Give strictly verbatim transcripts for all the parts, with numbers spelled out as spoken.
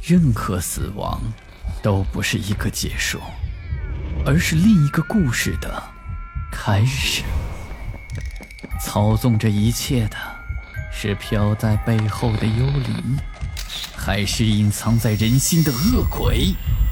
任何死亡都不是一个结束，而是另一个故事的开始。操纵这一切的是飘在背后的幽灵，还是隐藏在人心的恶鬼？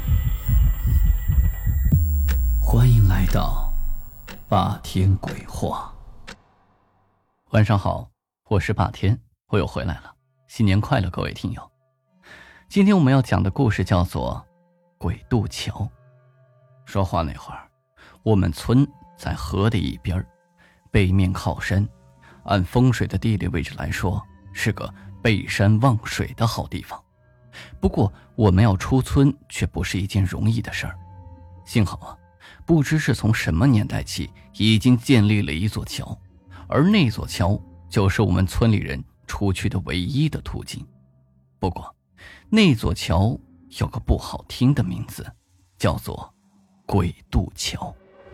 欢迎来到霸天鬼话。晚上好，我是霸天，我又回来了，新年快乐各位听友。今天我们要讲的故事叫做鬼渡桥。说话那会儿，我们村在河的一边，背面靠山，按风水的地理位置来说，是个背山望水的好地方。不过我们要出村却不是一件容易的事儿。幸好啊，不知是从什么年代起，已经建立了一座桥，而那座桥就是我们村里人出去的唯一的途径。不过那座桥有个不好听的名字，叫做鬼渡桥。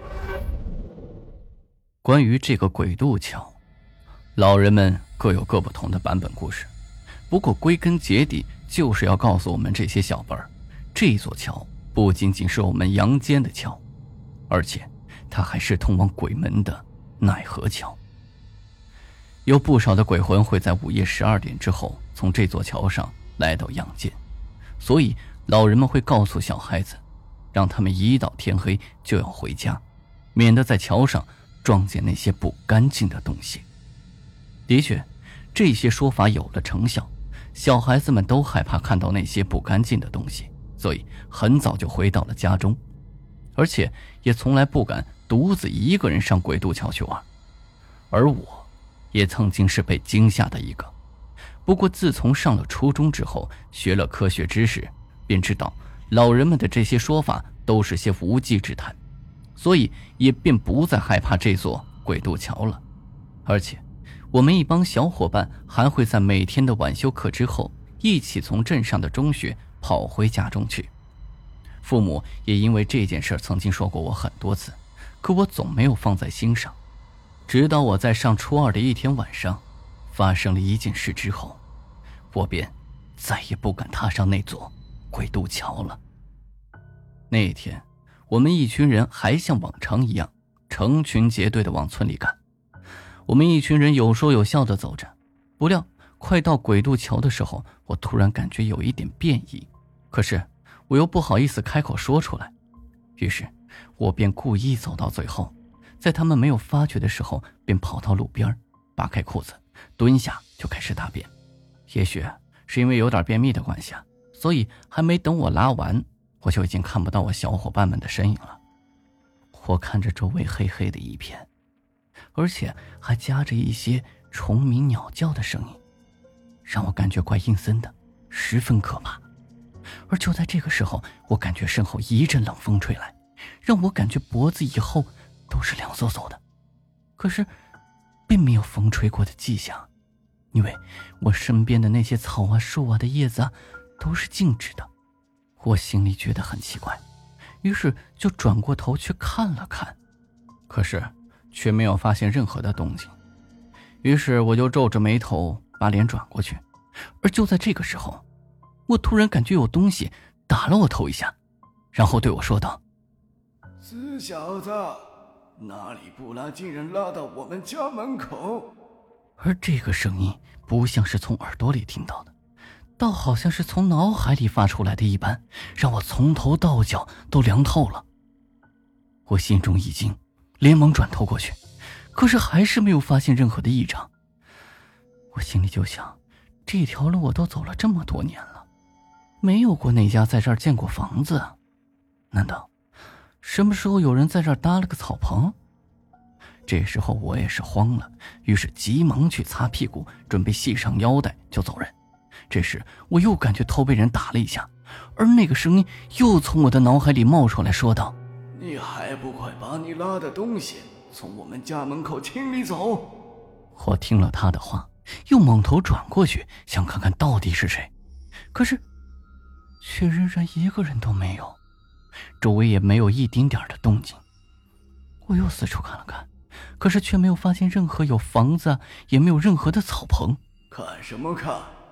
关于这个鬼渡桥，老人们各有各不同的版本故事，不过归根结底就是要告诉我们这些小辈儿，这座桥不仅仅是我们阳间的桥，而且它还是通往鬼门的奈何桥。有不少的鬼魂会在午夜十二点之后从这座桥上来到阳间，所以老人们会告诉小孩子，让他们一到天黑就要回家，免得在桥上撞见那些不干净的东西。的确，这些说法有了成效，小孩子们都害怕看到那些不干净的东西，所以很早就回到了家中，而且也从来不敢独自一个人上鬼渡桥去玩。而我也曾经是被惊吓的一个。不过自从上了初中之后，学了科学知识，便知道老人们的这些说法都是些无稽之谈，所以也便不再害怕这座鬼渡桥了。而且我们一帮小伙伴还会在每天的晚修课之后，一起从镇上的中学跑回家中去。父母也因为这件事曾经说过我很多次，可我总没有放在心上。直到我在上初二的一天晚上发生了一件事之后，我便再也不敢踏上那座鬼渡桥了。那天我们一群人还像往常一样成群结队地往村里赶。我们一群人有说有笑地走着，不料快到鬼渡桥的时候，我突然感觉有一点变异，可是我又不好意思开口说出来，于是我便故意走到最后，在他们没有发觉的时候便跑到路边，扒开裤子蹲下就开始大便。也许是因为有点便秘的关系啊，所以还没等我拉完，我就已经看不到我小伙伴们的身影了。我看着周围黑黑的一片，而且还夹着一些虫鸣鸟叫的声音，让我感觉怪阴森的，十分可怕。而就在这个时候，我感觉身后一阵冷风吹来，让我感觉脖子以后都是凉飕飕的，可是并没有风吹过的迹象，因为我身边的那些草啊树啊的叶子啊都是静止的。我心里觉得很奇怪，于是就转过头去看了看，可是却没有发现任何的动静。于是我就皱着眉头把脸转过去，而就在这个时候，我突然感觉有东西打了我头一下，然后对我说道： 死小子，那里布拉竟然拉到我们家门口。 而这个声音不像是从耳朵里听到的，倒好像是从脑海里发出来的一般，让我从头到脚都凉透了。我心中一惊，连忙转头过去，可是还是没有发现任何的异常。我心里就想，这条路我都走了这么多年了，没有过哪家在这儿建过房子，难道什么时候有人在这儿搭了个草棚？这时候我也是慌了，于是急忙去擦屁股，准备系上腰带就走人。这时我又感觉头被人打了一下，而那个声音又从我的脑海里冒出来，说道： 你还不快把你拉的东西从我们家门口清理走。 我听了他的话，又猛头转过去想看看到底是谁，可是却仍然一个人都没有，周围也没有一丁点的动静。我又四处看了看，可是却没有发现任何有房子，也没有任何的草棚。 看什么看？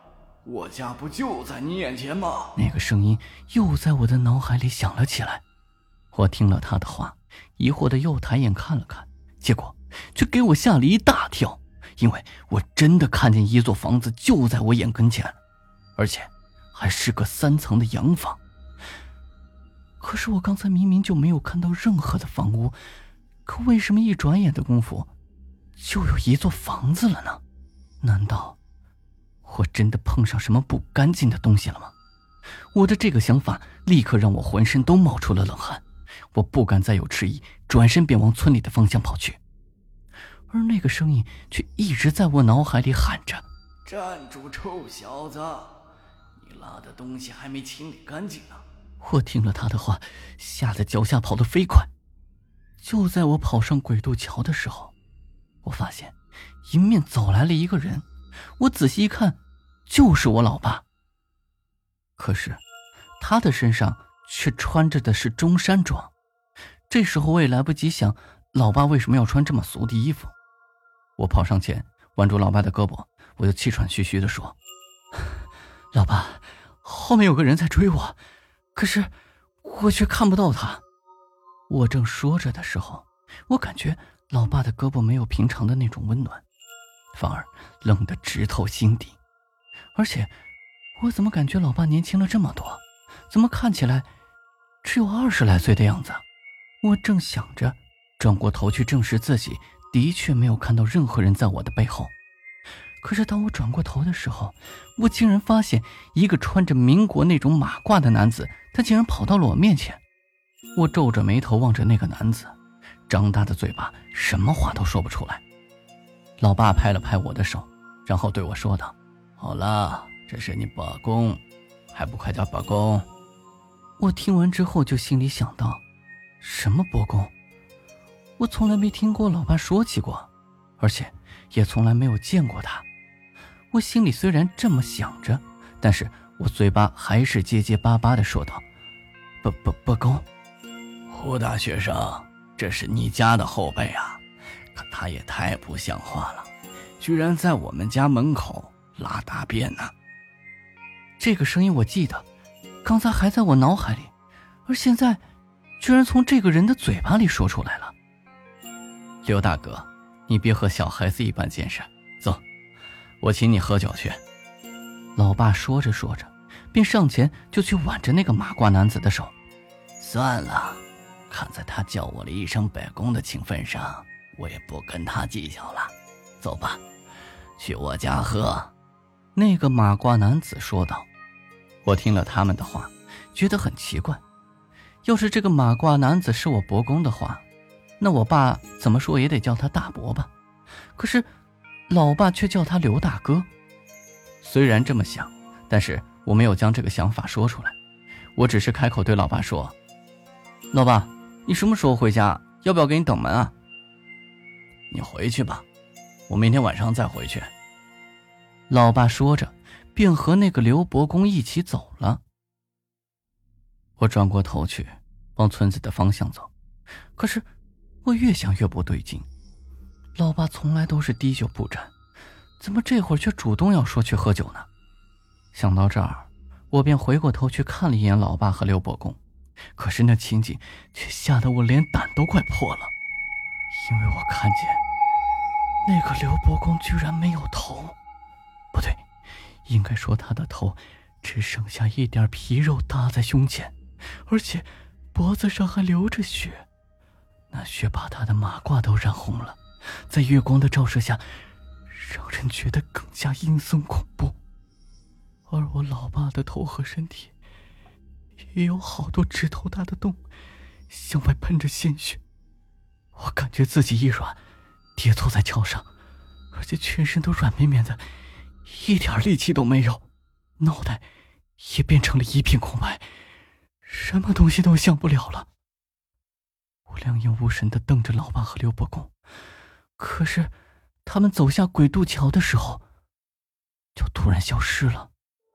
我家不就在你眼前吗？ 那个声音又在我的脑海里响了起来。我听了他的话，疑惑的又抬眼看了看，结果却给我吓了一大跳，因为我真的看见一座房子就在我眼跟前，而且还是个三层的洋房。可是我刚才明明就没有看到任何的房屋，可为什么一转眼的功夫就有一座房子了呢？难道我真的碰上什么不干净的东西了吗？我的这个想法立刻让我浑身都冒出了冷汗，我不敢再有迟疑，转身便往村里的方向跑去。而那个声音却一直在我脑海里喊着： 站住，臭小子，你拉的东西还没清理干净呢。 我听了他的话，吓得脚下跑得飞快。就在我跑上鬼渡桥的时候，我发现迎面走来了一个人，我仔细一看，就是我老爸。可是他的身上却穿着的是中山装。这时候我也来不及想老爸为什么要穿这么俗的衣服，我跑上前挽住老爸的胳膊，我就气喘吁吁地说：老爸，后面有个人在追我，可是我却看不到他。我正说着的时候，我感觉老爸的胳膊没有平常的那种温暖，反而冷得直透心底。而且我怎么感觉老爸年轻了这么多，怎么看起来只有二十来岁的样子？我正想着，转过头去证实自己的确没有看到任何人在我的背后。可是当我转过头的时候，我竟然发现一个穿着民国那种马褂的男子，他竟然跑到了我面前。我皱着眉头望着那个男子，张大的嘴巴什么话都说不出来。老爸拍了拍我的手，然后对我说道：好了，这是你伯公，还不快点伯公？我听完之后就心里想到，什么伯公？我从来没听过老爸说起过，而且也从来没有见过他。我心里虽然这么想着，但是我嘴巴还是结结巴巴地说道：伯伯伯公。 胡大学生，这是你家的后辈啊，可他也太不像话了，居然在我们家门口拉大便呢。 这个声音我记得，刚才还在我脑海里，而现在居然从这个人的嘴巴里说出来了。刘大哥，你别和小孩子一般见识，走，我请你喝酒去。老爸说着说着，便上前就去挽着那个马褂男子的手。 算了，看在他叫我了一声伯公的情分上，我也不跟他计较了。走吧，去我家喝。 那个马褂男子说道。我听了他们的话，觉得很奇怪。要是这个马褂男子是我伯公的话，那我爸怎么说也得叫他大伯吧。可是老爸却叫他刘大哥。虽然这么想，但是我没有将这个想法说出来。我只是开口对老爸说：老爸，你什么时候回家？要不要给你等门啊？ 你回去吧，我明天晚上再回去。 老爸说着，便和那个刘伯公一起走了。我转过头去，往村子的方向走。可是我越想越不对劲，老爸从来都是滴酒不沾，怎么这会儿却主动要说去喝酒呢？想到这儿，我便回过头去看了一眼老爸和刘伯公，可是那情景却吓得我连胆都快破了，因为我看见那个刘伯公居然没有头，不对，应该说他的头只剩下一点皮肉搭在胸前，而且脖子上还流着血，那血把他的马褂都染红了，在月光的照射下，让人觉得更加阴森恐怖。而我老爸的头和身体也有好多指头大的洞，向外喷着鲜血。我感觉自己一软，跌坐在桥上，而且全身都软绵绵的，一点力气都没有，脑袋也变成了一片空白，什么东西都想不了了。我两眼无神地瞪着老爸和刘伯公，可是他们走下鬼渡桥的时候，就突然消失了。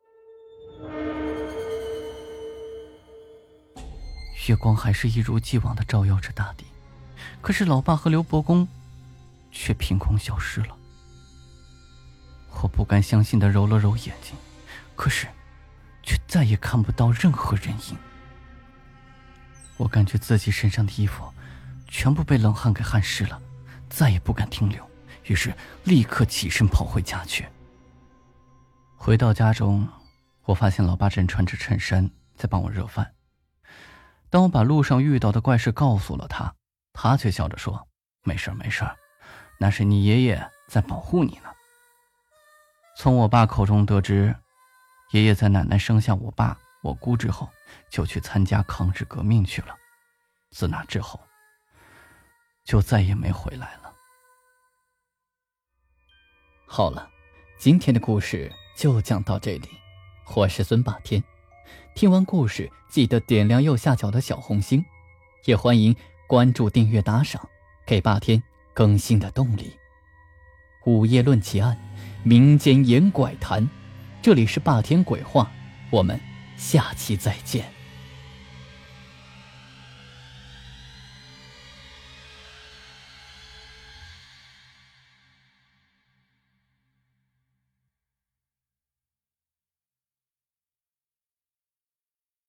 月光还是一如既往地照耀着大地，可是老爸和刘伯公却凭空消失了。我不敢相信地揉了揉眼睛， 可是却再也看不到任何人影。我感觉自己身上的衣服全部被冷汗给汗湿了，再也不敢停留，于是立刻起身跑回家去。回到家中，我发现老爸正穿着衬衫在帮我热饭。当我把路上遇到的怪事告诉了他，他却笑着说：“没事没事，那是你爷爷在保护你呢。”从我爸口中得知，爷爷在奶奶生下我爸我姑之后，就去参加抗日革命去了。自那之后，就再也没回来了。 好了，今天的故事就讲到这里。我是孙霸天，听完故事记得点亮右下角的小红心，也欢迎关注、订阅、打赏，给霸天更新的动力。午夜论奇案，民间言怪谈，这里是霸天鬼话，我们下期再见。